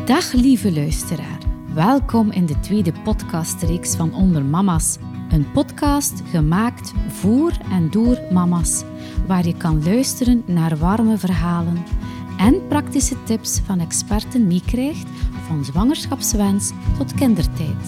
Dag lieve luisteraar, welkom in de tweede podcastreeks van Onder Mama's. Een podcast gemaakt voor en door mama's, waar je kan luisteren naar warme verhalen en praktische tips van experten meekrijgt van zwangerschapswens tot kindertijd.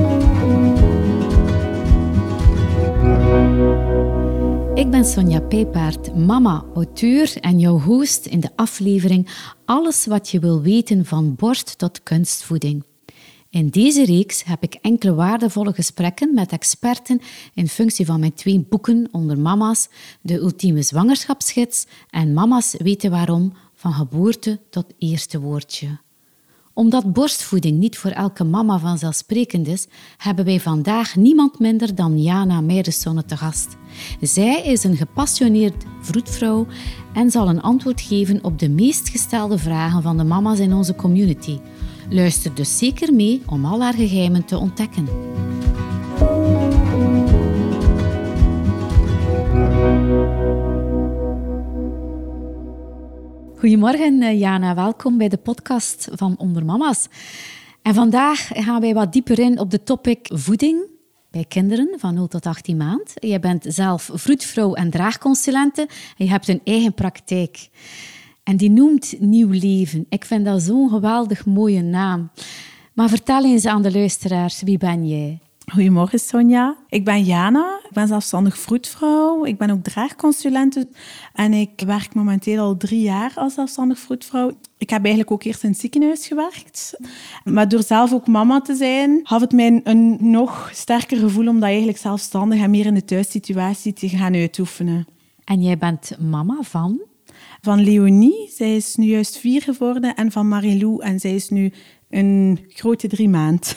Ik ben Sonja Pijpaert, mama, auteur en jouw host in de aflevering Alles wat je wil weten van borst tot kunstvoeding. In deze reeks heb ik enkele waardevolle gesprekken met experten in functie van mijn 2 boeken Onder Mama's, De Ultieme Zwangerschapsgids en Mama's weten waarom, van geboorte tot eerste woordje. Omdat borstvoeding niet voor elke mama vanzelfsprekend is, hebben wij vandaag niemand minder dan Jana Meijerssonne te gast. Zij is een gepassioneerd vroedvrouw en zal een antwoord geven op de meest gestelde vragen van de mama's in onze community. Luister dus zeker mee om al haar geheimen te ontdekken. Goedemorgen Jana, welkom bij de podcast van Onder Mama's. En vandaag gaan wij wat dieper in op de topic voeding bij kinderen van 0 tot 18 maand. Je bent zelf vroedvrouw en draagconsulente en je hebt een eigen praktijk. En die noemt Nieuw Leven. Ik vind dat zo'n geweldig mooie naam. Maar vertel eens aan de luisteraars, wie ben jij? Goedemorgen Sonja, ik ben Jana, ik ben zelfstandig vroedvrouw, ik ben ook draagconsulente en ik werk momenteel al 3 jaar als zelfstandig vroedvrouw. Ik heb eigenlijk ook eerst in het ziekenhuis gewerkt, maar door zelf ook mama te zijn, gaf het mij een nog sterker gevoel om dat eigenlijk zelfstandig en meer in de thuissituatie te gaan uitoefenen. En jij bent mama van? Van Leonie, zij is nu juist 4 geworden, en van Marilou, en zij is nu een grote 3 maand.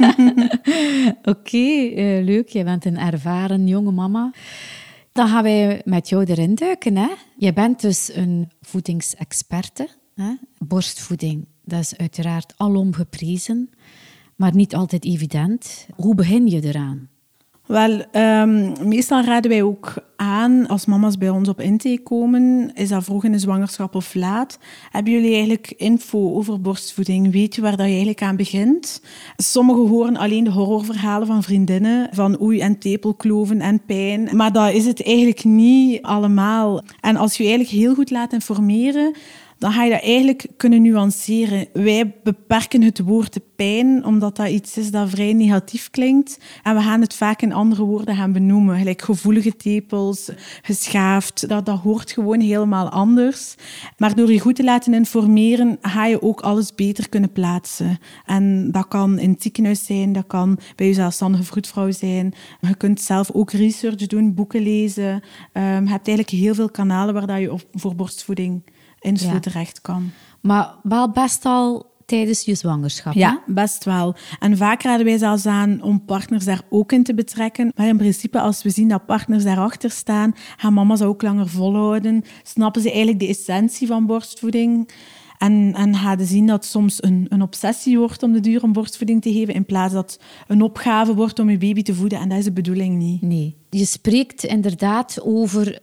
Oké, leuk. Jij bent een ervaren jonge mama. Dan gaan wij met jou erin duiken. Hè? Je bent dus een voedingsexperte. Hè? Borstvoeding, dat is uiteraard alom geprezen, maar niet altijd evident. Hoe begin je eraan? Wel, meestal raden wij ook aan, als mama's bij ons op intake komen, is dat vroeg in de zwangerschap of laat, hebben jullie eigenlijk info over borstvoeding? Weet je waar dat je eigenlijk aan begint? Sommigen horen alleen de horrorverhalen van vriendinnen, van oei en tepelkloven en pijn, maar dat is het eigenlijk niet allemaal. En als je je eigenlijk heel goed laat informeren, dan ga je dat eigenlijk kunnen nuanceren. Wij beperken het woord pijn, omdat dat iets is dat vrij negatief klinkt. En we gaan het vaak in andere woorden gaan benoemen. Gelijk gevoelige tepels, geschaafd. Dat hoort gewoon helemaal anders. Maar door je goed te laten informeren, ga je ook alles beter kunnen plaatsen. En dat kan in het ziekenhuis zijn, dat kan bij je zelfstandige vroedvrouw zijn. Je kunt zelf ook research doen, boeken lezen. Je hebt eigenlijk heel veel kanalen waar dat je voor borstvoeding info terecht kan. Maar wel best al tijdens je zwangerschap, hè? Ja, best wel. En vaak raden wij zelfs aan om partners daar ook in te betrekken. Maar in principe, als we zien dat partners daarachter staan, gaan mama's dat ook langer volhouden. Snappen ze eigenlijk de essentie van borstvoeding. En gaan zien dat het soms een obsessie wordt om de duur om borstvoeding te geven, in plaats dat het een opgave wordt om je baby te voeden. En dat is de bedoeling niet. Nee. Je spreekt inderdaad over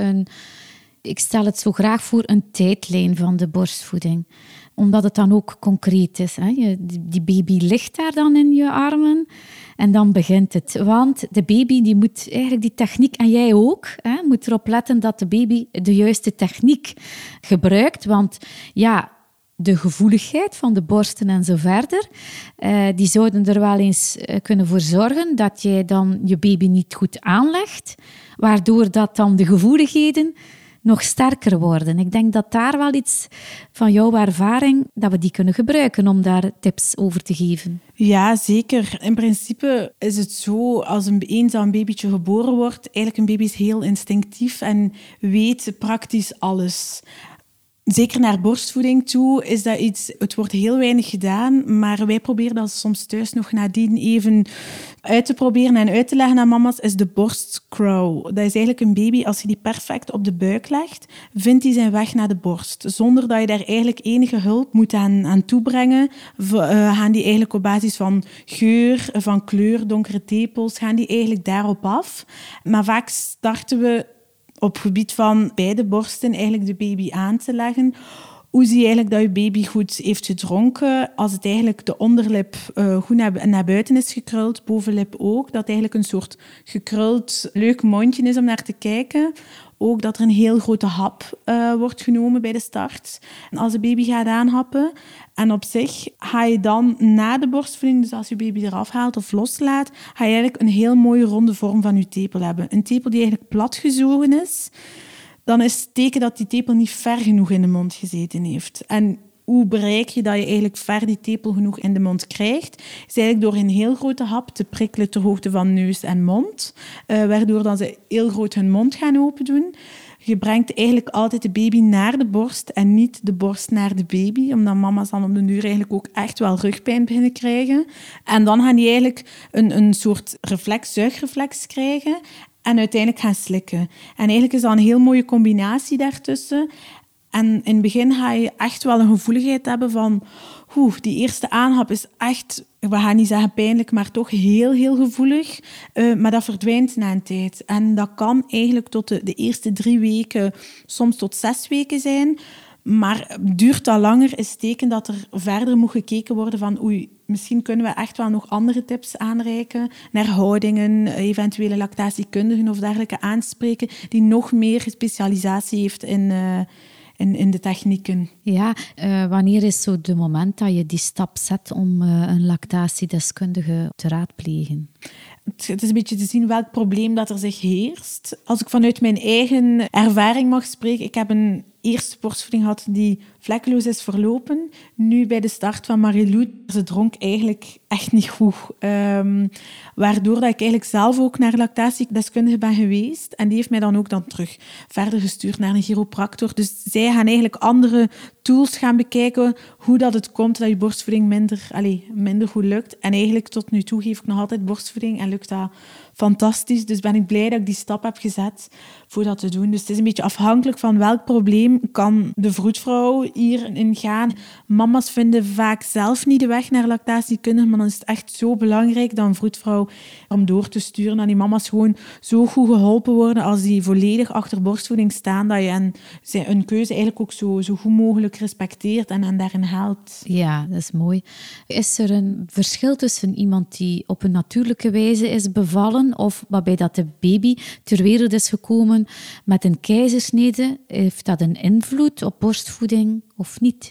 ik stel het zo graag voor, een tijdlijn van de borstvoeding. Omdat het dan ook concreet is. Hè? Die baby ligt daar dan in je armen en dan begint het. Want de baby die moet eigenlijk die techniek, en jij ook, moet erop letten dat de baby de juiste techniek gebruikt. Want ja, de gevoeligheid van de borsten en zo verder, die zouden er wel eens kunnen voor zorgen dat jij dan je baby niet goed aanlegt, waardoor dat dan de gevoeligheden nog sterker worden. Ik denk dat daar wel iets van jouw ervaring, dat we die kunnen gebruiken om daar tips over te geven. Ja, zeker. In principe is het zo, als eens een babytje geboren wordt, eigenlijk een baby is heel instinctief en weet praktisch alles. Zeker naar borstvoeding toe is dat iets, het wordt heel weinig gedaan, maar wij proberen dat soms thuis nog nadien even uit te proberen en uit te leggen aan mama's, is de borstcrawl. Dat is eigenlijk een baby, als je die perfect op de buik legt, vindt hij zijn weg naar de borst. Zonder dat je daar eigenlijk enige hulp moet aan toebrengen, gaan die eigenlijk op basis van geur, van kleur, donkere tepels, gaan die eigenlijk daarop af. Maar vaak starten we op gebied van beide borsten eigenlijk de baby aan te leggen. Hoe zie je eigenlijk dat je baby goed heeft gedronken? Als het eigenlijk de onderlip goed naar buiten is gekruld, bovenlip ook. Dat eigenlijk een soort gekruld, leuk mondje is om naar te kijken. Ook dat er een heel grote hap wordt genomen bij de start. En als de baby gaat aanhappen. En op zich ga je dan na de borstvoeding, dus als je baby eraf haalt of loslaat, ga je eigenlijk een heel mooie ronde vorm van je tepel hebben. Een tepel die eigenlijk platgezogen is. Dan is het teken dat die tepel niet ver genoeg in de mond gezeten heeft. En hoe bereik je dat je eigenlijk ver die tepel genoeg in de mond krijgt? Is eigenlijk door een heel grote hap te prikkelen ter hoogte van neus en mond. Waardoor dan ze heel groot hun mond gaan open doen. Je brengt eigenlijk altijd de baby naar de borst en niet de borst naar de baby. Omdat mama's dan op de duur eigenlijk ook echt wel rugpijn beginnen krijgen. En dan gaan die eigenlijk een soort zuigreflex krijgen. En uiteindelijk gaan slikken. En eigenlijk is dat een heel mooie combinatie daartussen. En in het begin ga je echt wel een gevoeligheid hebben van... die eerste aanhap is echt, we gaan niet zeggen pijnlijk, maar toch heel, heel gevoelig. Maar dat verdwijnt na een tijd. En dat kan eigenlijk tot de eerste 3 weken, soms tot 6 weken zijn. Maar duurt dat langer, is het teken dat er verder moet gekeken worden van... misschien kunnen we echt wel nog andere tips aanreiken. Naar houdingen, eventuele lactatiekundigen of dergelijke aanspreken... die nog meer specialisatie heeft in de technieken. Ja, wanneer is zo de moment dat je die stap zet om een lactatiedeskundige te raadplegen? Het is een beetje te zien welk probleem dat er zich heerst. Als ik vanuit mijn eigen ervaring mag spreken, ik heb een eerste borstvoeding gehad die vlekkeloos is verlopen. Nu bij de start van Marilou, ze dronk eigenlijk echt niet goed. Waardoor dat ik eigenlijk zelf ook naar lactatiedeskundige ben geweest. En die heeft mij dan ook terug verder gestuurd naar een chiropractor. Dus zij gaan eigenlijk andere tools gaan bekijken hoe dat het komt dat je borstvoeding minder goed lukt. En eigenlijk tot nu toe geef ik nog altijd borstvoeding en lukt dat fantastisch. Dus ben ik blij dat ik die stap heb gezet voor dat te doen. Dus het is een beetje afhankelijk van welk probleem kan de vroedvrouw hierin gaan. Mama's vinden vaak zelf niet de weg naar lactatiekundige, maar dan is het echt zo belangrijk dat een vroedvrouw om door te sturen. Dat die mama's gewoon zo goed geholpen worden als die volledig achter borstvoeding staan, dat je hun keuze eigenlijk ook zo goed mogelijk respecteert en daarin helpt. Ja, dat is mooi. Is er een verschil tussen iemand die op een natuurlijke wijze is bevallen of waarbij dat de baby ter wereld is gekomen met een keizersnede? Heeft dat een invloed op borstvoeding of niet?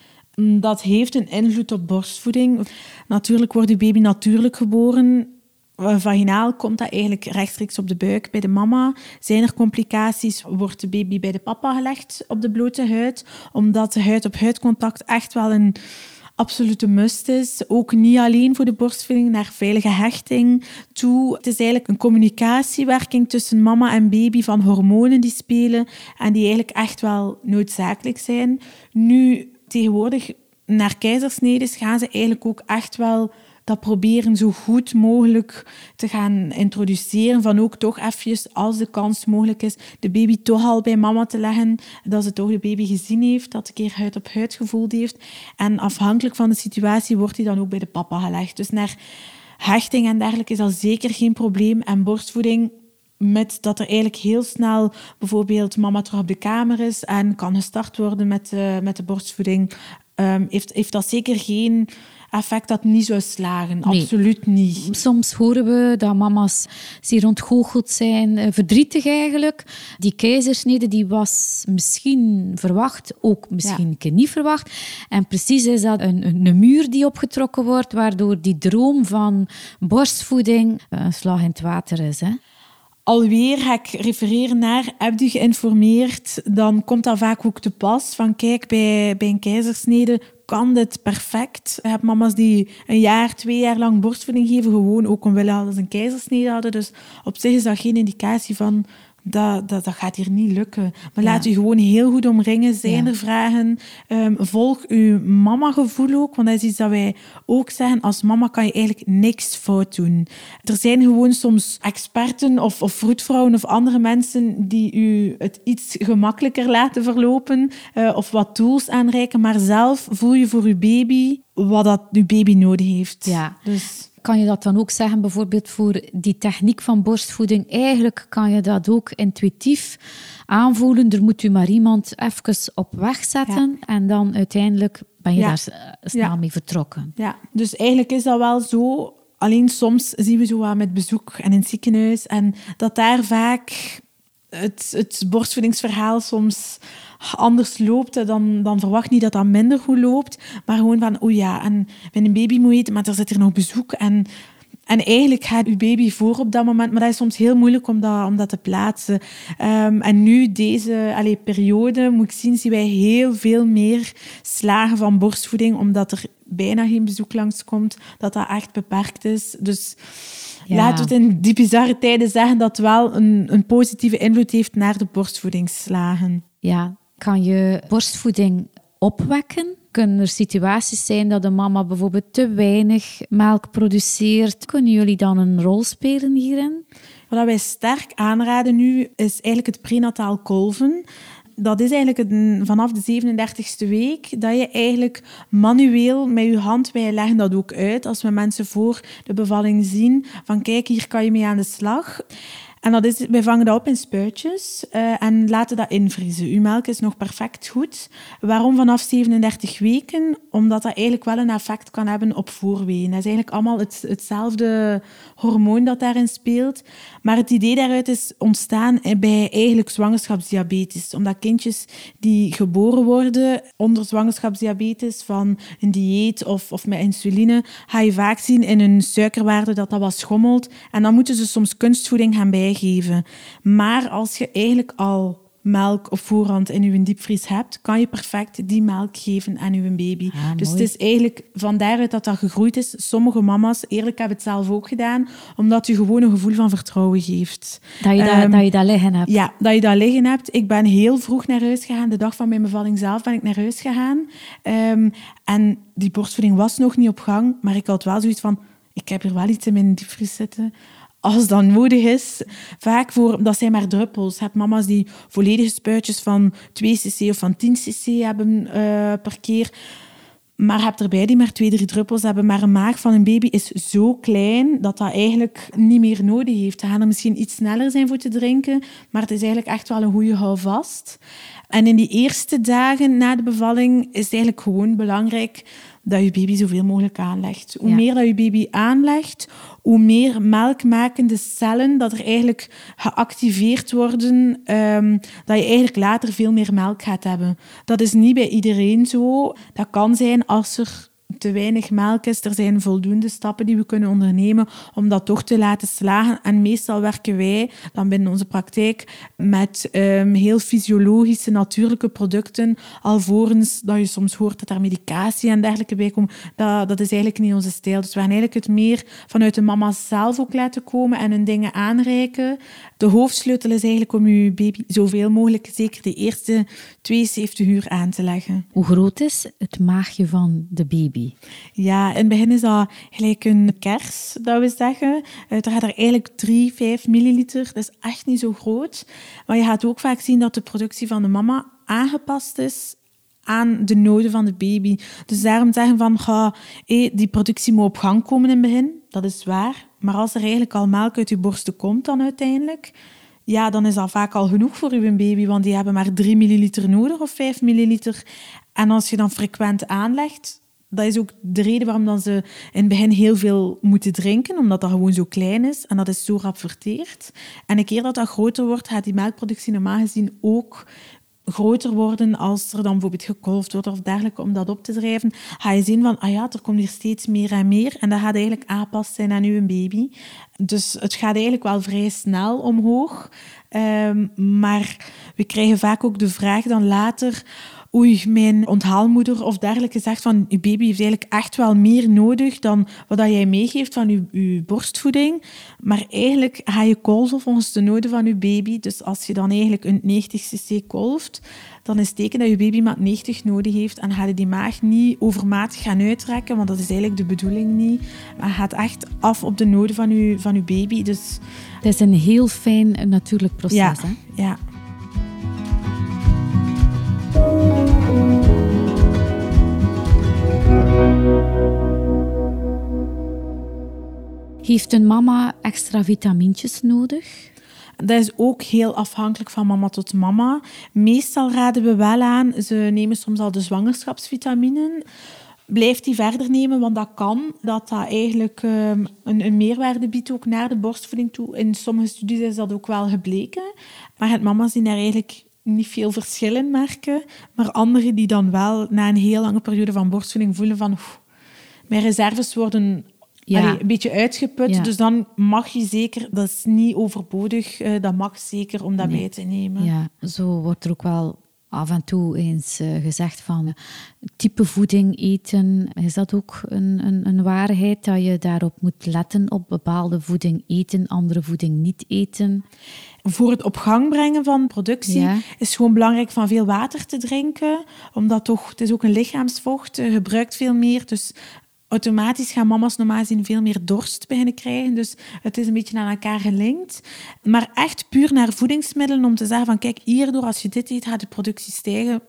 Dat heeft een invloed op borstvoeding. Natuurlijk wordt je baby natuurlijk geboren. Vaginaal komt dat eigenlijk rechtstreeks op de buik bij de mama. Zijn er complicaties, wordt de baby bij de papa gelegd op de blote huid. Omdat de huid-op-huid contact echt wel een absolute must is. Ook niet alleen voor de borstvoeding, naar veilige hechting toe. Het is eigenlijk een communicatiewerking tussen mama en baby van hormonen die spelen en die eigenlijk echt wel noodzakelijk zijn. Nu, tegenwoordig, naar keizersnedes gaan ze eigenlijk ook echt wel dat proberen zo goed mogelijk te gaan introduceren. Van ook toch even, als de kans mogelijk is, de baby toch al bij mama te leggen. Dat ze toch de baby gezien heeft, dat een keer huid op huid gevoeld heeft. En afhankelijk van de situatie wordt hij dan ook bij de papa gelegd. Dus naar hechting en dergelijke is dat zeker geen probleem. En borstvoeding, met dat er eigenlijk heel snel bijvoorbeeld mama terug op de kamer is en kan gestart worden met de borstvoeding, heeft dat zeker geen effect dat niet zou slagen. Nee. Absoluut niet. Soms horen we dat mama's zeer ontgoocheld zijn, verdrietig eigenlijk. Die keizersnede die was misschien verwacht, ook misschien een keer niet verwacht. En precies is dat een muur die opgetrokken wordt, waardoor die droom van borstvoeding een slag in het water is, hè? Alweer ga ik refereren naar, heb je geïnformeerd, dan komt dat vaak ook te pas. Van kijk, bij een keizersnede kan dit perfect. Je hebt mama's die 1 jaar, 2 jaar lang borstvoeding geven, gewoon ook omwille dat ze een keizersnede hadden. Dus op zich is dat geen indicatie van dat gaat hier niet lukken. Maar laat u gewoon heel goed omringen. Zijn er vragen? Volg uw mama-gevoel ook. Want dat is iets dat wij ook zeggen. Als mama kan je eigenlijk niks fout doen. Er zijn gewoon soms experten of vroedvrouwen of andere mensen die u het iets gemakkelijker laten verlopen of wat tools aanreiken. Maar zelf voel je voor uw baby wat dat uw baby nodig heeft. Ja. Dus Kan je dat dan ook zeggen, bijvoorbeeld voor die techniek van borstvoeding? Eigenlijk kan je dat ook intuïtief aanvoelen. Er moet u maar iemand even op weg zetten en dan uiteindelijk ben je daar snel mee vertrokken. Ja, dus eigenlijk is dat wel zo. Alleen soms zien we zo wat met bezoek en in het ziekenhuis en dat daar vaak het borstvoedingsverhaal soms anders loopt, dan verwacht niet dat dat minder goed loopt. Maar gewoon van, en ben een baby moet eten, maar er zit hier nog bezoek. En eigenlijk gaat uw baby voor op dat moment. Maar dat is soms heel moeilijk om dat te plaatsen. En nu, deze periode, moet ik zien wij heel veel meer slagen van borstvoeding, omdat er bijna geen bezoek langskomt, dat echt beperkt is. Dus laten we het in die bizarre tijden zeggen dat het wel een positieve invloed heeft naar de borstvoedingsslagen. Ja, kan je borstvoeding opwekken? Kunnen er situaties zijn dat de mama bijvoorbeeld te weinig melk produceert? Kunnen jullie dan een rol spelen hierin? Wat wij sterk aanraden nu, is eigenlijk het prenataal kolven. Dat is eigenlijk vanaf de 37e week dat je eigenlijk manueel met je hand, wij leggen dat ook uit als we mensen voor de bevalling zien, van kijk, hier kan je mee aan de slag. En wij vangen dat op in spuitjes en laten dat invriezen. Uw melk is nog perfect goed. Waarom vanaf 37 weken? Omdat dat eigenlijk wel een effect kan hebben op voorweeën. Dat is eigenlijk allemaal hetzelfde hormoon dat daarin speelt. Maar het idee daaruit is ontstaan bij eigenlijk zwangerschapsdiabetes. Omdat kindjes die geboren worden onder zwangerschapsdiabetes van een dieet of met insuline, ga je vaak zien in hun suikerwaarde dat wat schommelt. En dan moeten ze soms kunstvoeding gaan bijgeven. Maar als je eigenlijk al melk op voorhand in je diepvries hebt, kan je perfect die melk geven aan je baby. Dus het is eigenlijk van daaruit dat gegroeid is. Sommige mama's, eerlijk, hebben het zelf ook gedaan, omdat je gewoon een gevoel van vertrouwen geeft. Dat je dat liggen hebt. Ja, dat je dat liggen hebt. Ik ben heel vroeg naar huis gegaan. De dag van mijn bevalling zelf ben ik naar huis gegaan. En die borstvoeding was nog niet op gang, maar ik had wel zoiets van, ik heb er wel iets in mijn diepvries zitten. Als dat nodig is. Vaak dat zijn maar druppels. Je hebt mama's die volledige spuitjes van 2 cc of van 10 cc hebben per keer. Maar je hebt erbij die maar 2-3 druppels hebben. Maar een maag van een baby is zo klein dat eigenlijk niet meer nodig heeft. Ze gaan er misschien iets sneller zijn voor te drinken, maar het is eigenlijk echt wel een goede houvast. En in die eerste dagen na de bevalling is het eigenlijk gewoon belangrijk dat je baby zoveel mogelijk aanlegt. Hoe meer dat je baby aanlegt, hoe meer melkmakende cellen dat er eigenlijk geactiveerd worden, dat je eigenlijk later veel meer melk gaat hebben. Dat is niet bij iedereen zo. Dat kan zijn als er te weinig melk is. Er zijn voldoende stappen die we kunnen ondernemen om dat toch te laten slagen. En meestal werken wij dan binnen onze praktijk met heel fysiologische, natuurlijke producten, alvorens dat je soms hoort dat er medicatie en dergelijke bij komt. Dat is eigenlijk niet onze stijl. Dus we gaan eigenlijk het meer vanuit de mama's zelf ook laten komen en hun dingen aanreiken. De hoofdsleutel is eigenlijk om je baby zoveel mogelijk, zeker de eerste 72 uur, aan te leggen. Hoe groot is het maagje van de baby? Ja, in het begin is dat gelijk een kers, dat we zeggen. Er gaat er eigenlijk 3-5 milliliter. Dat is echt niet zo groot. Maar je gaat ook vaak zien dat de productie van de mama aangepast is aan de noden van de baby. Dus daarom zeggen van, die productie moet op gang komen in het begin. Dat is waar. Maar als er eigenlijk al melk uit je borsten komt dan uiteindelijk, ja, dan is dat vaak al genoeg voor uw baby, want die hebben maar 3 milliliter nodig of 5 milliliter. En als je dan frequent aanlegt, dat is ook de reden waarom dan ze in het begin heel veel moeten drinken, omdat dat gewoon zo klein is en dat is zo rap verteerd. En een keer dat dat groter wordt, gaat die melkproductie normaal gezien ook groter worden als er dan bijvoorbeeld gekolfd wordt of dergelijke, om dat op te drijven. Ga je zien van, er komt hier steeds meer en meer en dat gaat eigenlijk aangepast zijn aan uw baby. Dus het gaat eigenlijk wel vrij snel omhoog. Maar we krijgen vaak ook de vraag dan later, mijn onthaalmoeder of dergelijke zegt van, je baby heeft eigenlijk echt wel meer nodig dan wat jij meegeeft van je borstvoeding. Maar eigenlijk ga je kolven volgens de noden van je baby. Dus als je dan eigenlijk een 90 cc kolft, dan is het teken dat je baby maar 90 nodig heeft. En ga je die maag niet overmatig gaan uitrekken, want dat is eigenlijk de bedoeling niet. Maar gaat echt af op de noden van je baby. Dus het is een heel fijn natuurlijk proces. Ja, hè? Ja. Heeft een mama extra vitamintjes nodig? Dat is ook heel afhankelijk van mama tot mama. Meestal raden we wel aan, ze nemen soms al de zwangerschapsvitaminen. Blijf die verder nemen, want dat kan. Dat eigenlijk een meerwaarde biedt ook naar de borstvoeding toe. In sommige studies is dat ook wel gebleken. Maar het mama's die daar eigenlijk niet veel verschil in merken. Maar anderen die dan wel na een heel lange periode van borstvoeding voelen van... mijn reserves worden... een beetje uitgeput, dus dan mag je zeker, dat is niet overbodig, dat mag zeker om dat bij te nemen. Ja, zo wordt er ook wel af en toe eens gezegd van type voeding eten. Is dat ook een waarheid, dat je daarop moet letten, op bepaalde voeding eten, andere voeding niet eten? Voor het op gang brengen van productie is het gewoon belangrijk van veel water te drinken, omdat toch, het is ook een lichaamsvocht, je gebruikt veel meer, dus... Automatisch gaan mama's normaal gezien veel meer dorst beginnen krijgen. Dus het is een beetje aan elkaar gelinkt. Maar echt puur naar voedingsmiddelen om te zeggen van kijk, hierdoor als je dit eet, gaat de productie stijgen.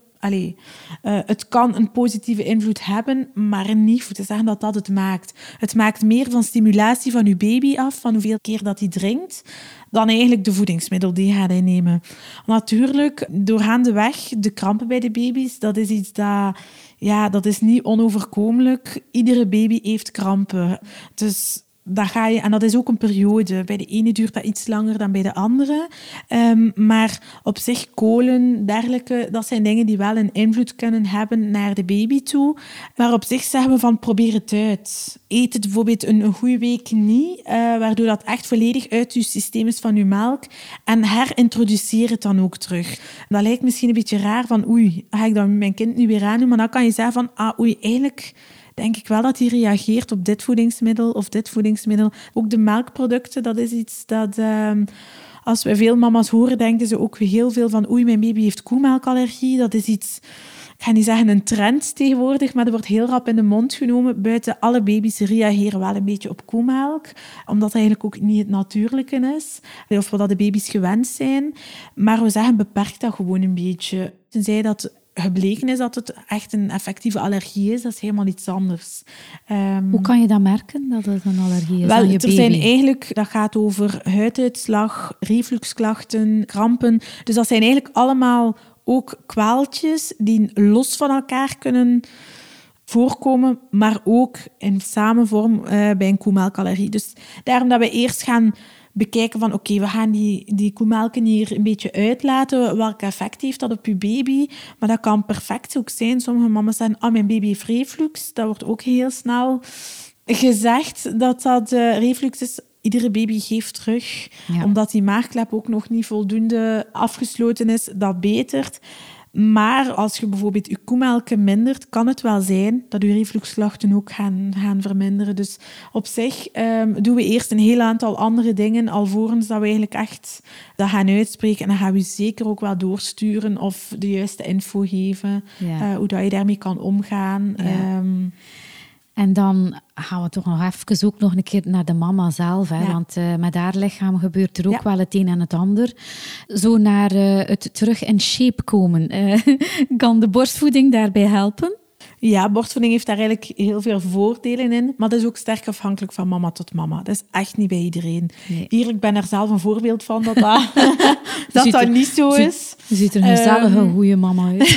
Het kan een positieve invloed hebben, maar niet voor te zeggen dat dat het maakt. Het maakt meer van stimulatie van je baby af, van hoeveel keer dat hij drinkt, dan eigenlijk de voedingsmiddel die gaat innemen. Natuurlijk, doorgaandeweg, de krampen bij de baby's, dat is iets dat... Ja, dat is niet onoverkomelijk. Iedere baby heeft krampen. Dus dat ga je... En dat is ook een periode. Bij de ene duurt dat iets langer dan bij de andere. Maar op zich, kolen, dergelijke, dat zijn dingen die wel een invloed kunnen hebben naar de baby toe. Maar op zich zeggen we van, probeer het uit. Eet het bijvoorbeeld een goede week niet, waardoor dat echt volledig uit je systeem is van je melk. En herintroduceer het dan ook terug. Dat lijkt misschien een beetje raar van, oei, ga ik dan mijn kind nu weer aandoen? Maar dan kan je zeggen van, oei, eigenlijk... denk ik wel dat hij reageert op dit voedingsmiddel of dit voedingsmiddel. Ook de melkproducten, dat is iets dat... als we veel mama's horen, denken ze ook heel veel van oei, mijn baby heeft koemelkallergie. Dat is iets... Ik ga niet zeggen een trend tegenwoordig, maar dat wordt heel rap in de mond genomen. Buiten alle baby's reageren wel een beetje op koemelk, omdat dat eigenlijk ook niet het natuurlijke is. Of wat de baby's gewend zijn. Maar we zeggen, beperk dat gewoon een beetje. Tenzij dat... gebleken is dat het echt een effectieve allergie is, dat is helemaal iets anders. Hoe kan je dat merken, dat het een allergie is wel, aan je er baby? zijn eigenlijk, dat gaat over huiduitslag, refluxklachten, krampen. Dus dat zijn eigenlijk allemaal ook kwaaltjes die los van elkaar kunnen voorkomen, maar ook in samenvorm bij een koemelkallergie. Dus daarom dat we eerst gaan bekijken van oké, we gaan die koemelken hier een beetje uitlaten. Welk effect heeft dat op je baby? Maar dat kan perfect ook zijn. Sommige mama's zeggen, mijn baby heeft reflux. Dat wordt ook heel snel gezegd dat reflux is. Iedere baby geeft terug. Ja. Omdat die maagklep ook nog niet voldoende afgesloten is. Dat betert. Maar als je bijvoorbeeld je koemelken mindert, kan het wel zijn dat je refluxklachten ook gaan verminderen. Dus op zich doen we eerst een heel aantal andere dingen alvorens dat we eigenlijk echt dat gaan uitspreken. En dan gaan we zeker ook wel doorsturen of de juiste info geven, hoe dat je daarmee kan omgaan. Ja. En dan gaan we toch nog even ook nog een keer naar de mama zelf. Hè? Ja. Want met haar lichaam gebeurt er ook wel het een en het ander. Zo naar het terug in shape komen. Kan de borstvoeding daarbij helpen? Ja, borstvoeding heeft daar eigenlijk heel veel voordelen in. Maar dat is ook sterk afhankelijk van mama tot mama. Dat is echt niet bij iedereen. Nee. Hier, ik ben er zelf een voorbeeld van dat dat niet zo is. Je ziet er een gezellige, goede mama uit.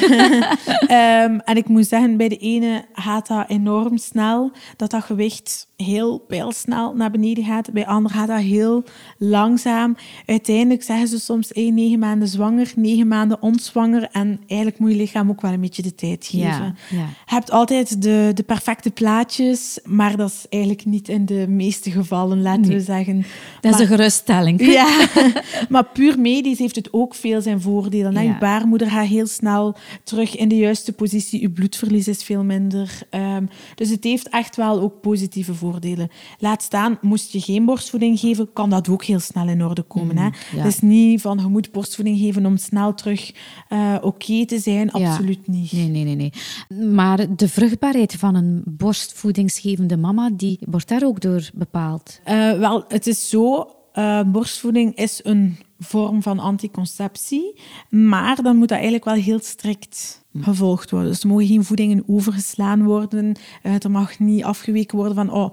En ik moet zeggen, bij de ene gaat dat enorm snel. Dat gewicht heel pijlsnel naar beneden gaat. Bij de andere gaat dat heel langzaam. Uiteindelijk zeggen ze soms 9 maanden zwanger, 9 maanden onzwanger. En eigenlijk moet je lichaam ook wel een beetje de tijd geven. Ja. Je hebt altijd de perfecte plaatjes, maar dat is eigenlijk niet in de meeste gevallen, laten we zeggen. Dat is een geruststelling. Ja, maar puur medisch heeft het ook veel zijn voordelen. Ja. Je baarmoeder gaat heel snel terug in de juiste positie. Je bloedverlies is veel minder. Dus het heeft echt wel ook positieve voordelen. Laat staan, moest je geen borstvoeding geven, kan dat ook heel snel in orde komen. Hè? Ja. Het is niet van, je moet borstvoeding geven om snel terug oké te zijn. Absoluut niet. Nee. Maar de vruchtbaarheid van een borstvoedingsgevende mama, die wordt daar ook door bepaald? Wel, het is zo. Borstvoeding is een vorm van anticonceptie, maar dan moet dat eigenlijk wel heel strikt gevolgd worden. Dus er mogen geen voedingen overgeslaan worden. Er mag niet afgeweken worden van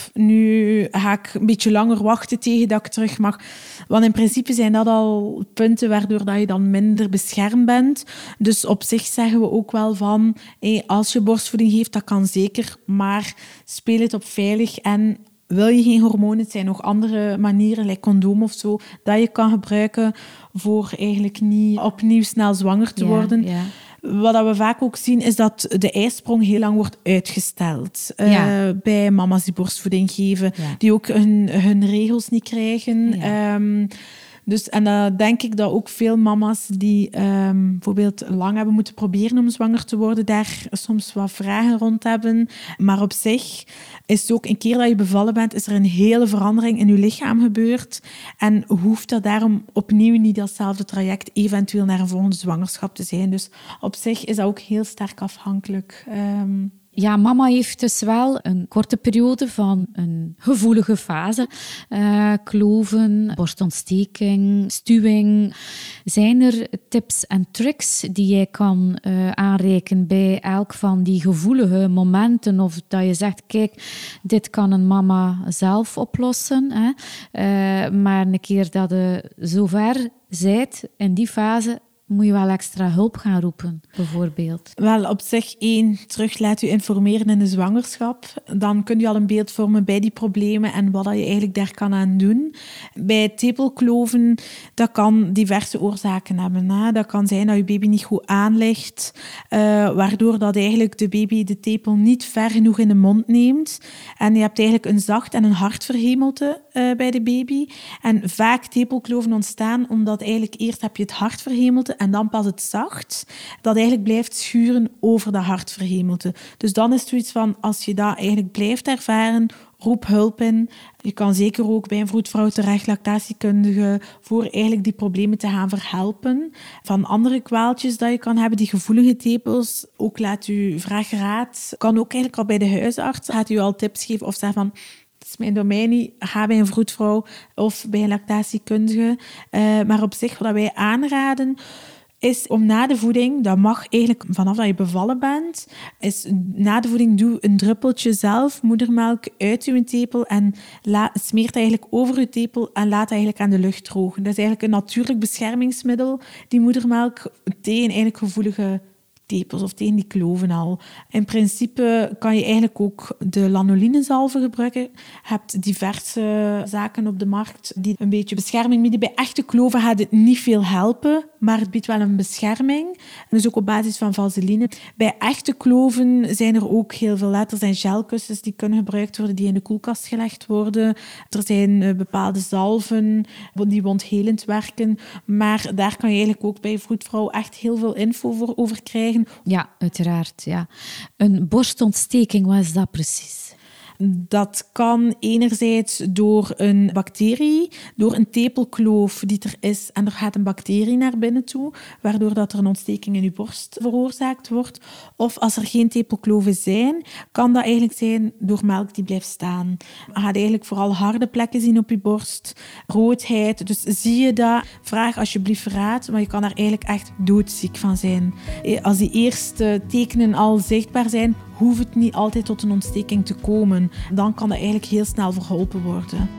nu ga ik een beetje langer wachten tegen dat ik terug mag. Want in principe zijn dat al punten waardoor dat je dan minder beschermd bent. Dus op zich zeggen we ook wel van als je borstvoeding geeft, dat kan zeker, maar speel het op veilig en wil je geen hormonen, het zijn nog andere manieren, like condoom of zo, dat je kan gebruiken voor eigenlijk niet opnieuw snel zwanger te worden. Ja. Wat we vaak ook zien, is dat de eisprong heel lang wordt uitgesteld. Bij mama's die borstvoeding geven, die ook hun regels niet krijgen. Ja. En dan denk ik dat ook veel mama's die bijvoorbeeld lang hebben moeten proberen om zwanger te worden, daar soms wat vragen rond hebben. Maar op zich is het ook, een keer dat je bevallen bent, is er een hele verandering in je lichaam gebeurd. En hoeft dat daarom opnieuw niet datzelfde traject eventueel naar een volgende zwangerschap te zijn. Dus op zich is dat ook heel sterk afhankelijk. Ja, mama heeft dus wel een korte periode van een gevoelige fase. Kloven, borstontsteking, stuwing. Zijn er tips en tricks die jij kan aanreiken bij elk van die gevoelige momenten? Of dat je zegt, kijk, dit kan een mama zelf oplossen. Hè? Maar een keer dat je zover bent in die fase, moet je wel extra hulp gaan roepen, bijvoorbeeld? Wel, op zich terug laat u informeren in de zwangerschap. Dan kun je al een beeld vormen bij die problemen en wat je eigenlijk daar kan aan doen. Bij tepelkloven, dat kan diverse oorzaken hebben. Hè. Dat kan zijn dat je baby niet goed aanlegt, waardoor dat eigenlijk de baby de tepel niet ver genoeg in de mond neemt. En je hebt eigenlijk een zacht en een hard verhemelte bij de baby. En vaak tepelkloven ontstaan omdat eigenlijk eerst heb je het hard verhemelte en dan pas het zacht, dat eigenlijk blijft schuren over dat hard verhemelte. Dus dan is het zoiets van, als je dat eigenlijk blijft ervaren, roep hulp in. Je kan zeker ook bij een vroedvrouw terecht, lactatiekundige, voor eigenlijk die problemen te gaan verhelpen. Van andere kwaaltjes dat je kan hebben, die gevoelige tepels, ook laat u vraag raad. Kan ook eigenlijk al bij de huisarts, gaat u al tips geven of zeggen van, dat is mijn domein niet, ga bij een vroedvrouw of bij een lactatiekundige. Maar op zich, wat wij aanraden, is om na de voeding, dat mag eigenlijk vanaf dat je bevallen bent, is na de voeding doe een druppeltje zelf moedermelk uit je tepel en smeert eigenlijk over je tepel en laat eigenlijk aan de lucht drogen. Dat is eigenlijk een natuurlijk beschermingsmiddel, die moedermelk, tegen eigenlijk gevoelige tepels of tegen die kloven al. In principe kan je eigenlijk ook de lanolinezalven gebruiken. Je hebt diverse zaken op de markt die een beetje bescherming bieden. Bij echte kloven gaat het niet veel helpen, maar het biedt wel een bescherming. Dus ook op basis van vaseline. Bij echte kloven zijn er ook heel veel. Er zijn gelkussens die kunnen gebruikt worden, die in de koelkast gelegd worden. Er zijn bepaalde zalven die wondhelend werken. Maar daar kan je eigenlijk ook bij je vroedvrouw echt heel veel info over krijgen. Ja, uiteraard. Ja. Een borstontsteking, wat is dat precies? Dat kan enerzijds door een bacterie, door een tepelkloof die er is en er gaat een bacterie naar binnen toe, waardoor dat er een ontsteking in je borst veroorzaakt wordt. Of als er geen tepelkloven zijn, kan dat eigenlijk zijn door melk die blijft staan. Je gaat eigenlijk vooral harde plekken zien op je borst, roodheid. Dus zie je dat, vraag alsjeblieft raad, want je kan daar eigenlijk echt doodziek van zijn. Als die eerste tekenen al zichtbaar zijn, hoeft het niet altijd tot een ontsteking te komen. Dan kan dat eigenlijk heel snel verholpen worden.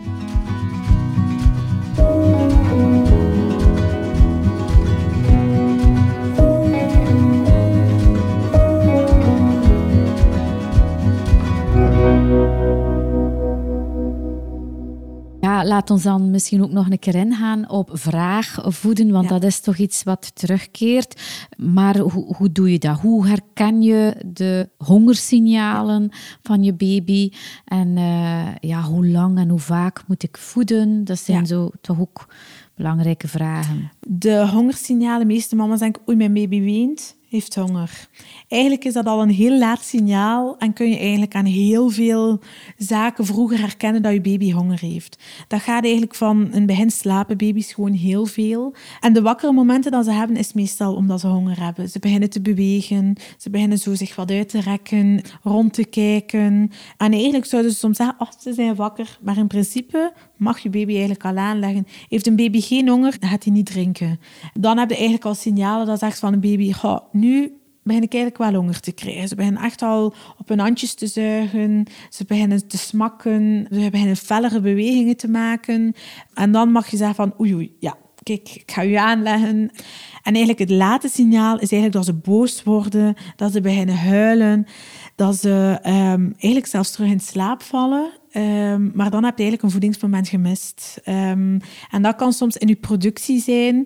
Ja, laat ons dan misschien ook nog een keer ingaan op vraagvoeden, want dat is toch iets wat terugkeert. Maar hoe doe je dat? Hoe herken je de hongersignalen van je baby? En hoe lang en hoe vaak moet ik voeden? Dat zijn zo toch ook belangrijke vragen. De hongersignalen, de meeste mama's denken, oei, mijn baby weent, heeft honger. Eigenlijk is dat al een heel laat signaal en kun je eigenlijk aan heel veel zaken vroeger herkennen dat je baby honger heeft. Dat gaat eigenlijk van in het begin slapen baby's gewoon heel veel. En de wakkere momenten dat ze hebben is meestal omdat ze honger hebben. Ze beginnen te bewegen, ze beginnen zo zich wat uit te rekken, rond te kijken. En eigenlijk zouden ze soms zeggen, ze zijn wakker. Maar in principe mag je baby eigenlijk al aanleggen. Heeft een baby geen honger, dan gaat hij niet drinken. Dan heb je eigenlijk al signalen dat zegt van een baby, nu begin ik eigenlijk wel honger te krijgen. Ze beginnen echt al op hun handjes te zuigen. Ze beginnen te smakken. Ze beginnen fellere bewegingen te maken. En dan mag je zeggen van oei, ja, kijk, ik ga u aanleggen. En eigenlijk het late signaal is eigenlijk dat ze boos worden, dat ze beginnen huilen, dat ze eigenlijk zelfs terug in slaap vallen. Maar dan heb je eigenlijk een voedingsmoment gemist. En dat kan soms in je productie zijn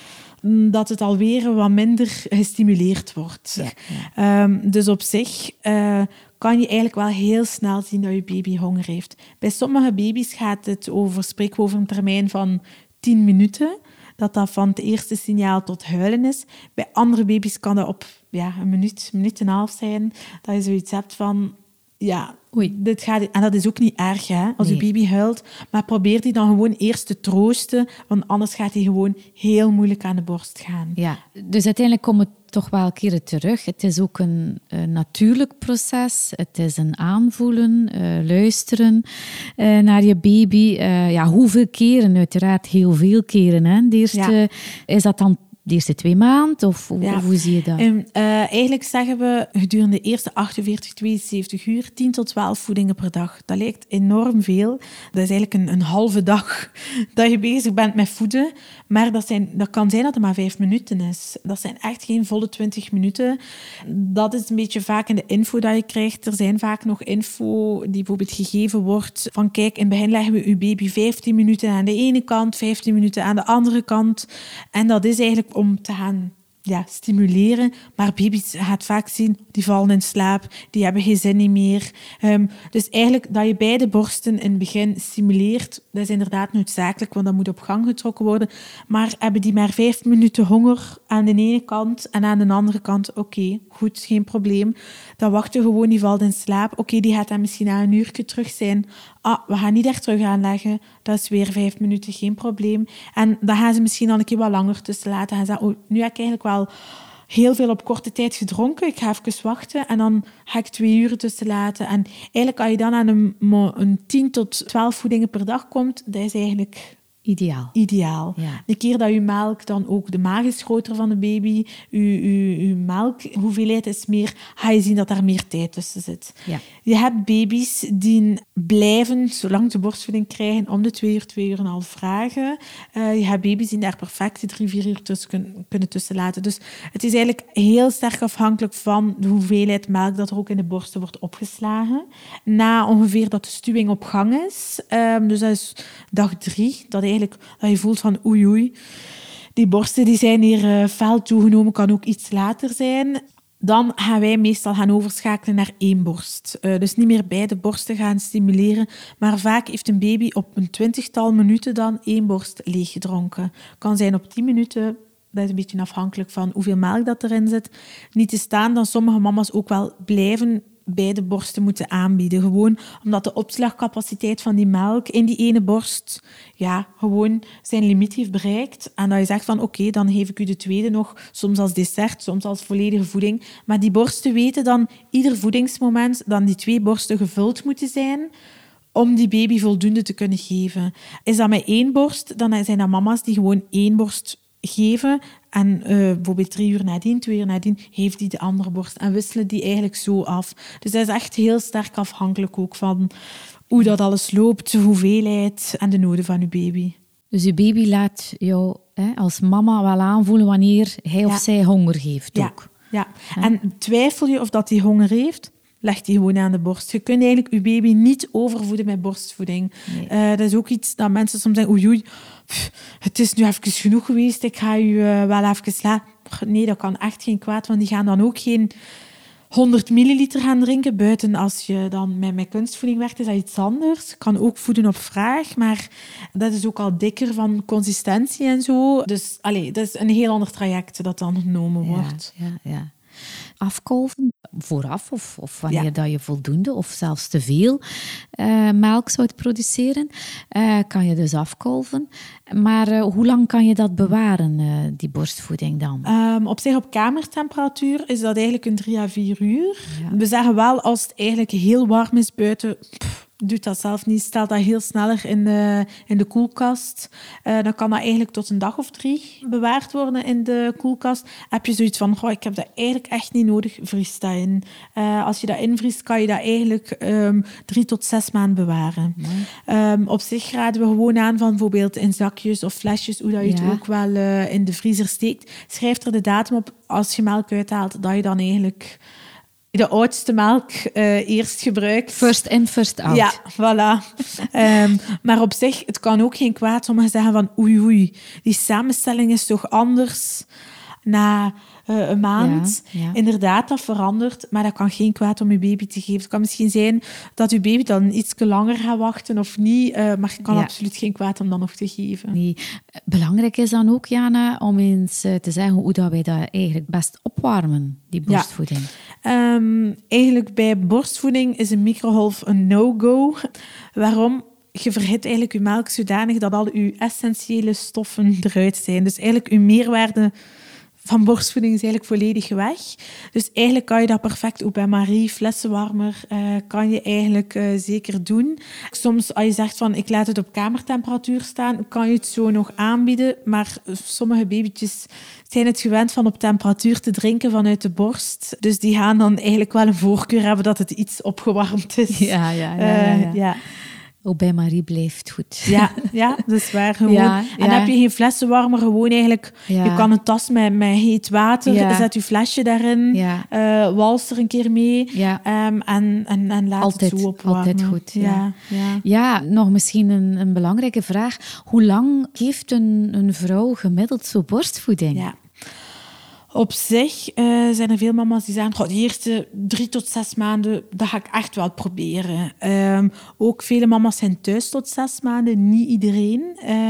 dat het alweer wat minder gestimuleerd wordt. Ja, ja. Dus op zich kan je eigenlijk wel heel snel zien dat je baby honger heeft. Bij sommige baby's spreken we over een termijn van 10 minuten. Dat van het eerste signaal tot huilen is. Bij andere baby's kan dat op een minuut en een half zijn. Dat je zoiets hebt van... Ja, dit gaat... En dat is ook niet erg, hè, als je baby huilt. Maar probeer die dan gewoon eerst te troosten. Want anders gaat hij gewoon heel moeilijk aan de borst gaan. Ja, dus uiteindelijk komen we toch wel een keer terug. Het is ook een natuurlijk proces. Het is een aanvoelen, luisteren naar je baby. Hoeveel keren? Uiteraard heel veel keren. Hè? Is dat dan de eerste 2 maanden? Of hoe zie je dat? Eigenlijk zeggen we gedurende de eerste 48, 72 uur 10 tot 12 voedingen per dag. Dat lijkt enorm veel. Dat is eigenlijk een halve dag dat je bezig bent met voeden. Maar dat kan zijn dat het maar 5 minuten is. Dat zijn echt geen volle 20 minuten. Dat is een beetje vaak in de info dat je krijgt. Er zijn vaak nog info die bijvoorbeeld gegeven wordt van kijk, in het begin leggen we uw baby 15 minuten aan de ene kant, 15 minuten aan de andere kant. En dat is eigenlijk om te gaan stimuleren. Maar baby's gaat vaak zien, die vallen in slaap, die hebben geen zin niet meer. Dus eigenlijk dat je beide borsten in het begin stimuleert, dat is inderdaad noodzakelijk, want dat moet op gang getrokken worden. Maar hebben die maar 5 minuten honger aan de ene kant en aan de andere kant, oké, goed, geen probleem. Dan wachten gewoon, die valt in slaap. Oké, die gaat dan misschien na een uurtje terug zijn. We gaan niet echt terug aanleggen. Dat is weer 5 minuten, geen probleem. En dan gaan ze misschien al een keer wat langer tussen laten. En zeggen, nu heb ik eigenlijk wel heel veel op korte tijd gedronken. Ik ga even wachten en dan ga ik 2 uur tussen laten. En eigenlijk als je dan aan een 10 tot 12 voedingen per dag komt, dat is eigenlijk... Ideaal. Ja. De keer dat je melk, dan ook de maag is groter van de baby, je melkhoeveelheid is meer, ga je zien dat daar meer tijd tussen zit. Ja. Je hebt baby's die blijven, zolang ze borstvoeding krijgen, om de 2 uur, 2 uur en een half vragen. Je hebt baby's die daar perfect 3-4 uur tussen kunnen tussenlaten. Dus het is eigenlijk heel sterk afhankelijk van de hoeveelheid melk dat er ook in de borsten wordt opgeslagen. Na ongeveer dat de stuwing op gang is, dus dat is dag 3, dat je voelt van oei, die borsten die zijn hier fel toegenomen, kan ook iets later zijn. Dan gaan wij meestal gaan overschakelen naar 1 borst. Dus niet meer beide borsten gaan stimuleren, maar vaak heeft een baby op een 20-tal minuten dan 1 borst leeggedronken. Kan zijn op 10 minuten, dat is een beetje afhankelijk van hoeveel melk dat erin zit. Niet te staan dat sommige mama's ook wel blijven beide borsten moeten aanbieden. Gewoon omdat de opslagcapaciteit van die melk in die ene borst gewoon zijn limiet heeft bereikt. En dat je zegt van oké, dan geef ik u de tweede nog, soms als dessert, soms als volledige voeding. Maar die borsten weten dan ieder voedingsmoment dat die 2 borsten gevuld moeten zijn om die baby voldoende te kunnen geven. Is dat met 1 borst, dan zijn dat mama's die gewoon 1 borst geven en bijvoorbeeld 3 uur nadien, 2 uur nadien, heeft die de andere borst en wisselen die eigenlijk zo af. Dus dat is echt heel sterk afhankelijk ook van hoe dat alles loopt, de hoeveelheid en de noden van uw baby. Dus je baby laat jou als mama wel aanvoelen wanneer hij of zij honger heeft ook. Ja. En twijfel je of dat hij honger heeft, leg die gewoon aan de borst. Je kunt eigenlijk je baby niet overvoeden met borstvoeding. Nee. Dat is ook iets dat mensen soms zeggen, oei, het is nu even genoeg geweest, ik ga u wel even laten. Nee, dat kan echt geen kwaad, want die gaan dan ook geen 100 milliliter gaan drinken. Buiten als je dan met kunstvoeding werkt, is dat iets anders. Kan ook voeden op vraag, maar dat is ook al dikker van consistentie en zo. Dus dat is een heel ander traject dat dan genomen wordt. Ja. Afkolven vooraf of wanneer dat je voldoende of zelfs te veel melk zou produceren, kan je dus afkolven. Maar hoe lang kan je dat bewaren, die borstvoeding dan? Op zich op kamertemperatuur is dat eigenlijk een 3 à 4 uur. Ja. We zeggen wel, als het eigenlijk heel warm is buiten, doet dat zelf niet. Stel dat heel sneller in de koelkast. Dan kan dat eigenlijk tot een dag of 3 bewaard worden in de koelkast. Heb je zoiets van, ik heb dat eigenlijk echt niet nodig, vries dat in. Als je dat invriest, kan je dat eigenlijk 3 tot 6 maanden bewaren. Op zich raden we gewoon aan van bijvoorbeeld in zakjes of flesjes, hoe dat je het ook wel in de vriezer steekt. Schrijf er de datum op als je melk uithaalt, dat je dan eigenlijk de oudste melk eerst gebruikt. First in, first out. Ja, voilà. Maar op zich, het kan ook geen kwaad. Sommigen zeggen van oei, die samenstelling is toch anders na een maand. Ja. Inderdaad, dat verandert, maar dat kan geen kwaad om je baby te geven. Het kan misschien zijn dat je baby dan iets langer gaat wachten of niet, maar het kan absoluut geen kwaad om dat nog te geven. Nee. Belangrijk is dan ook, Jana, om eens te zeggen hoe dat wij dat eigenlijk best opwarmen, die borstvoeding. Ja. Eigenlijk bij borstvoeding is een microgolf een no-go. Waarom? Je verhit eigenlijk je melk zodanig dat al je essentiële stoffen eruit zijn. Dus eigenlijk je meerwaarde van borstvoeding is eigenlijk volledig weg. Dus eigenlijk kan je dat perfect ook bij Marie, flessenwarmer, kan je eigenlijk zeker doen. Soms als je zegt van ik laat het op kamertemperatuur staan, kan je het zo nog aanbieden. Maar sommige babytjes zijn het gewend van op temperatuur te drinken vanuit de borst. Dus die gaan dan eigenlijk wel een voorkeur hebben dat het iets opgewarmd is. Ja. Ook bij Marie blijft goed. Ja, dat is waar. Gewoon. En heb je geen flessenwarmer, gewoon eigenlijk... Je kan een tas met heet water, zet je flesje daarin, wals er een keer mee en laat altijd, het zo opwarmen. Altijd goed, ja, nog misschien een belangrijke vraag. Hoe lang geeft een vrouw gemiddeld zo borstvoeding? Ja. Op zich zijn er veel mama's die zeggen, de eerste 3 tot 6 maanden, dat ga ik echt wel proberen. Ook vele mama's zijn thuis tot 6 maanden, niet iedereen.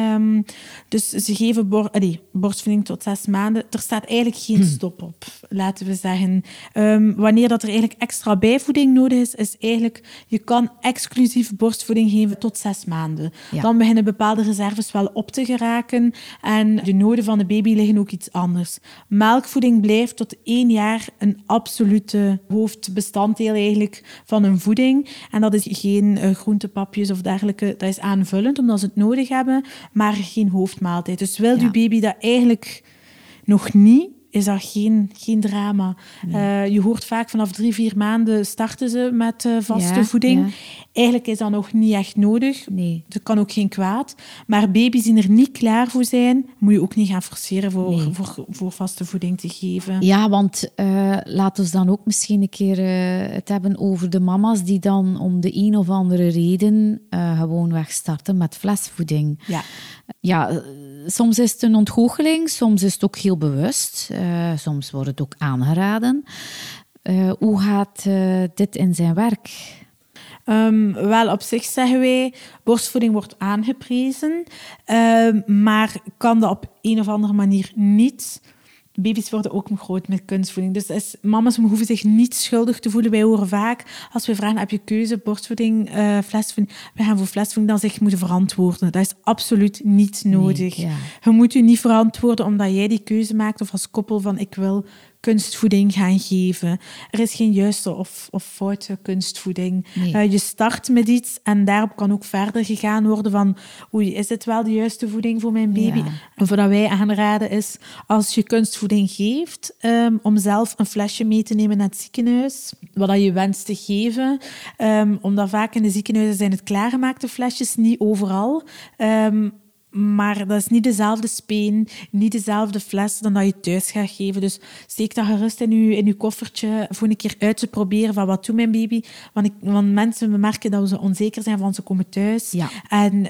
Dus ze geven borstvoeding tot 6 maanden. Er staat eigenlijk geen stop op, laten we zeggen. Wanneer dat er eigenlijk extra bijvoeding nodig is eigenlijk, je kan exclusief borstvoeding geven tot 6 maanden. Ja. Dan beginnen bepaalde reserves wel op te geraken en de noden van de baby liggen ook iets anders. Melkvoeding blijft tot 1 jaar een absolute hoofdbestanddeel eigenlijk van een voeding. En dat is geen groentepapjes of dergelijke. Dat is aanvullend, omdat ze het nodig hebben, maar geen hoofdmaaltijd. Dus wil je baby dat eigenlijk nog niet, is dat geen drama. Nee. Je hoort vaak vanaf 3-4 maanden starten ze met vaste voeding. Ja. Eigenlijk is dat nog niet echt nodig. Nee. Dat kan ook geen kwaad. Maar baby's die er niet klaar voor zijn, moet je ook niet gaan forceren voor vaste voeding te geven. Ja, want laten we dan ook misschien een keer het hebben over de mama's die dan om de een of andere reden gewoonweg starten met flesvoeding. Ja, soms is het een ontgoocheling, soms is het ook heel bewust. Soms wordt het ook aangeraden. Hoe gaat dit in zijn werk? Wel, op zich zeggen wij, borstvoeding wordt aangeprezen, maar kan dat op een of andere manier niet. Baby's worden ook groot met kunstvoeding. Dus mama's hoeven zich niet schuldig te voelen. Wij horen vaak, als we vragen, heb je keuze, borstvoeding, flesvoeding? We gaan voor flesvoeding, dan zeg je moeten verantwoorden. Dat is absoluut niet nodig. Nee, je moet je niet verantwoorden omdat jij die keuze maakt of als koppel van ik wil kunstvoeding gaan geven. Er is geen juiste of foute kunstvoeding. Nee. Je start met iets en daarop kan ook verder gegaan worden van is dit wel de juiste voeding voor mijn baby? Ja. En wat wij aanraden is, als je kunstvoeding geeft, om zelf een flesje mee te nemen naar het ziekenhuis, wat je wenst te geven. Omdat vaak in de ziekenhuizen zijn het klaargemaakte flesjes, niet overal. Maar dat is niet dezelfde speen, niet dezelfde fles dan dat je thuis gaat geven. Dus steek dat gerust in je koffertje voor een keer uit te proberen van wat doet mijn baby. Want mensen merken dat ze onzeker zijn van ze komen thuis. Ja. En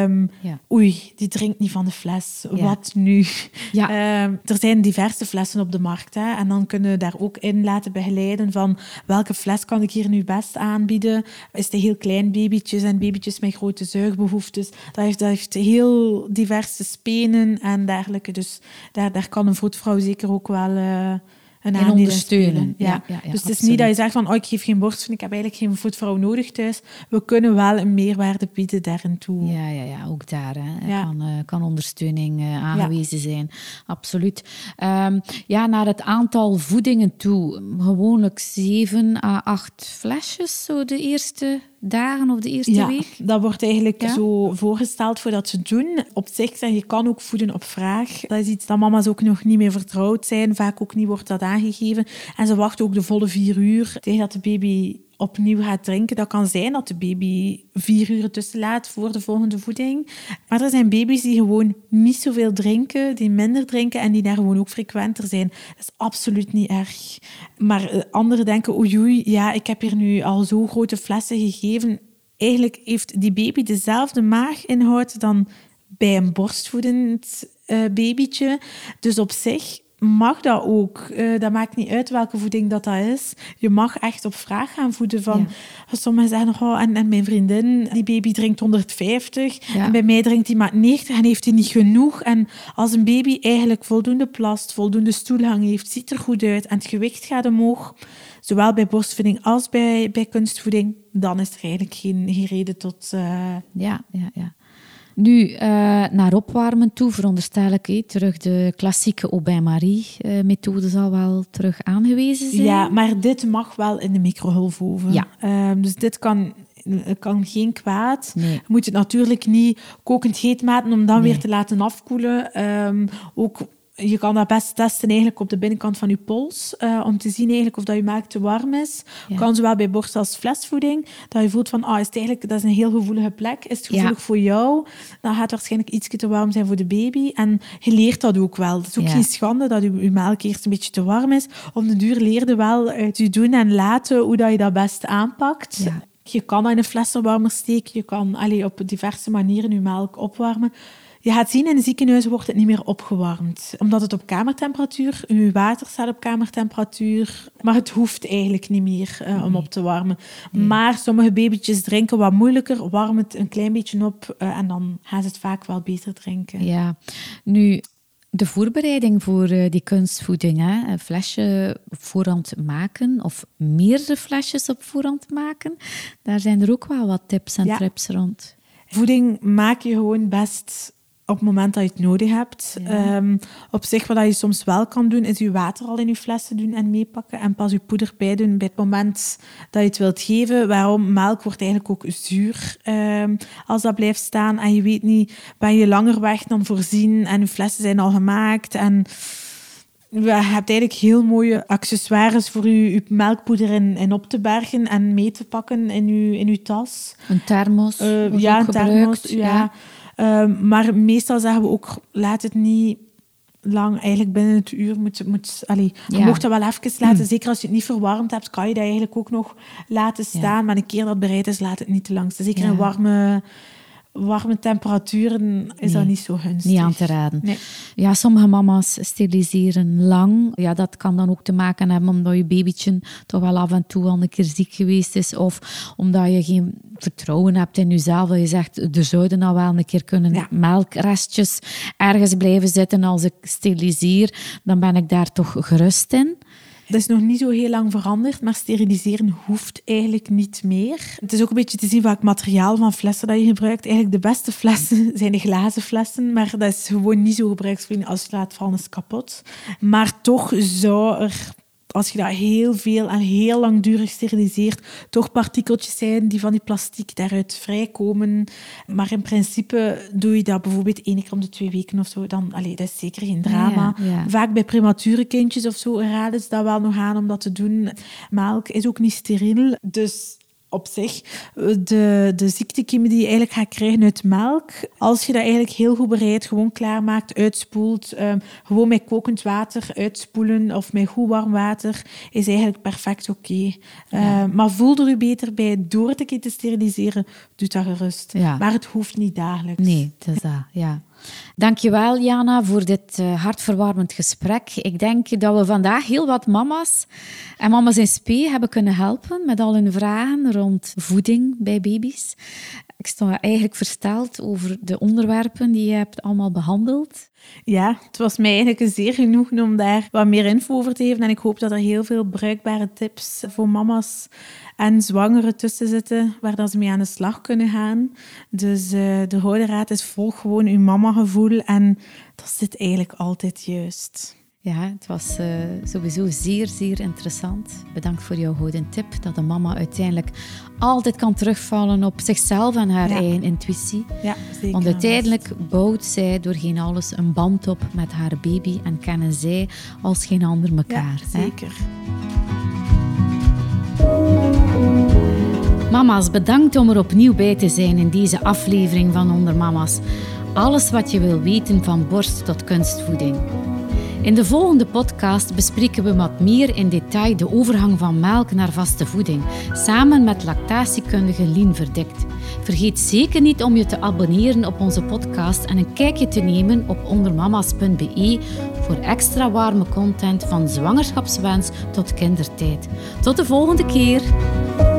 die drinkt niet van de fles. Ja. Wat nu? Ja. Er zijn diverse flessen op de markt. Hè? En dan kunnen we daar ook in laten begeleiden van welke fles kan ik hier nu best aanbieden. Is het heel klein babytjes en babytjes met grote zuigbehoeftes. Dat heeft heel diverse spenen en dergelijke. Dus daar kan een vroedvrouw zeker ook wel een aandeel ondersteunen. Ja, dus het is niet dat je zegt van ik geef geen borstvoeding, ik heb eigenlijk geen vroedvrouw nodig thuis. We kunnen wel een meerwaarde bieden daarin toe. Ja, ook daar kan ondersteuning aangewezen zijn. Absoluut. Naar het aantal voedingen toe. Gewoonlijk 7 à 8 flesjes, zo de eerste dagen of de eerste week? Dat wordt eigenlijk zo voorgesteld voor dat te doen. Op zich, je kan ook voeden op vraag. Dat is iets dat mama's ook nog niet meer vertrouwd zijn. Vaak ook niet wordt dat aangegeven. En ze wachten ook de volle 4 uur tegen dat de baby opnieuw gaat drinken. Dat kan zijn dat de baby 4 uur tussenlaat voor de volgende voeding. Maar er zijn baby's die gewoon niet zoveel drinken, die minder drinken en die daar gewoon ook frequenter zijn. Dat is absoluut niet erg. Maar anderen denken, oei, ik heb hier nu al zo grote flessen gegeven. Eigenlijk heeft die baby dezelfde maaginhoud dan bij een borstvoedend babytje. Dus op zich mag dat ook. Dat maakt niet uit welke voeding dat is. Je mag echt op vraag gaan voeden van... Sommigen zeggen, en mijn vriendin, die baby drinkt 150. En bij mij drinkt hij maar 90 en heeft hij niet genoeg. En als een baby eigenlijk voldoende plast, voldoende stoelgang heeft, ziet er goed uit en het gewicht gaat omhoog, zowel bij borstvoeding als bij kunstvoeding, dan is er eigenlijk geen reden tot... Ja. Nu, naar opwarmen toe veronderstel ik terug de klassieke Au bain-marie-methode zal wel terug aangewezen zijn. Ja, maar dit mag wel in de microgolfoven. Ja. Dus dit kan geen kwaad. Nee. Je moet het natuurlijk niet kokend heet maken om dan weer te laten afkoelen. Je kan dat best testen eigenlijk op de binnenkant van je pols, om te zien eigenlijk of dat je melk te warm is. Ja. Kan zowel bij borst- als flesvoeding. Dat je voelt van, dat is een heel gevoelige plek. Is het gevoelig voor jou? Dan gaat het waarschijnlijk iets te warm zijn voor de baby. En je leert dat ook wel. Het is ook geen schande dat je melk eerst een beetje te warm is. Op de duur leer je wel uit je doen en laten hoe dat je dat best aanpakt. Ja. Je kan dat in een flesverwarmer steken. Je kan op diverse manieren je melk opwarmen. Je gaat zien, in een ziekenhuis wordt het niet meer opgewarmd. Omdat het op kamertemperatuur, je water staat op kamertemperatuur. Maar het hoeft eigenlijk niet meer om op te warmen. Maar sommige babytjes drinken wat moeilijker. Warm het een klein beetje op en dan gaan ze het vaak wel beter drinken. Ja, nu... De voorbereiding voor die kunstvoeding, hè? Een flesje op voorhand maken of meerdere flesjes op voorhand maken, daar zijn er ook wel wat tips en trips rond. Voeding maak je gewoon best op het moment dat je het nodig hebt. Ja. Op zich, wat je soms wel kan doen, is je water al in je flessen doen en meepakken en pas je poeder bij doen bij het moment dat je het wilt geven. Waarom? Melk wordt eigenlijk ook zuur als dat blijft staan en je weet niet, ben je langer weg dan voorzien en je flessen zijn al gemaakt en... Je hebt eigenlijk heel mooie accessoires voor je melkpoeder in op te bergen en mee te pakken in je tas. Een thermos. Een thermos, ja. Maar meestal zeggen we ook, laat het niet lang, eigenlijk binnen het uur je mocht dat wel even laten. Zeker als je het niet verwarmd hebt, kan je dat eigenlijk ook nog laten staan. Ja. Maar een keer dat het bereid is, laat het niet te lang. Zeker in warme temperaturen is dat niet zo gunstig. Niet aan te raden. Nee. Ja, sommige mama's steriliseren lang. Ja, dat kan dan ook te maken hebben omdat je babytje toch wel af en toe al een keer ziek geweest is. Of omdat je geen vertrouwen hebt in jezelf. Dat je zegt, er zouden nou wel een keer kunnen melkrestjes ergens blijven zitten. Als ik steriliseer, dan ben ik daar toch gerust in. Dat is nog niet zo heel lang veranderd, maar steriliseren hoeft eigenlijk niet meer. Het is ook een beetje te zien welk materiaal van flessen dat je gebruikt. Eigenlijk de beste flessen zijn de glazen flessen, maar dat is gewoon niet zo gebruiksvriendelijk als je laat vallen, is kapot. Maar toch zou er, als je dat heel veel en heel langdurig steriliseert, toch partikeltjes zijn die van die plastic daaruit vrijkomen. Maar in principe doe je dat bijvoorbeeld 1 keer om de 2 weken of zo. Dan, dat is zeker geen drama. Ja. Vaak bij premature kindjes of zo raden ze dat wel nog aan om dat te doen. Melk is ook niet steriel, dus... Op zich, de ziektekiemen die je eigenlijk gaat krijgen uit melk, als je dat eigenlijk heel goed bereidt, gewoon klaarmaakt, uitspoelt, gewoon met kokend water uitspoelen of met goed warm water, is eigenlijk perfect oké. Maar voel er je beter bij door het een keer te steriliseren, doe dat gerust. Ja. Maar het hoeft niet dagelijks. Nee, dat is dat, ja. Dankjewel, Jana, voor dit hartverwarmend gesprek. Ik denk dat we vandaag heel wat mama's en mama's in spe hebben kunnen helpen met al hun vragen rond voeding bij baby's. Ik sta eigenlijk versteld over de onderwerpen die je hebt allemaal behandeld. Ja, het was mij eigenlijk een zeer genoegen om daar wat meer info over te geven. En ik hoop dat er heel veel bruikbare tips voor mama's en zwangeren tussen zitten, waar dat ze mee aan de slag kunnen gaan. Dus de rode raad is, volg gewoon je mamagevoel en dat zit eigenlijk altijd juist. Ja, het was sowieso zeer, zeer interessant. Bedankt voor jouw gouden tip, dat de mama uiteindelijk altijd kan terugvallen op zichzelf en haar eigen intuïtie. Ja, zeker. Want uiteindelijk bouwt zij doorheen alles een band op met haar baby en kennen zij als geen ander elkaar. Ja, zeker. Mama's, bedankt om er opnieuw bij te zijn in deze aflevering van Onder Mama's. Alles wat je wil weten van borst tot kunstvoeding. In de volgende podcast bespreken we wat meer in detail de overgang van melk naar vaste voeding, samen met lactatiekundige Lien Verdikt. Vergeet zeker niet om je te abonneren op onze podcast en een kijkje te nemen op ondermama's.be voor extra warme content van zwangerschapswens tot kindertijd. Tot de volgende keer!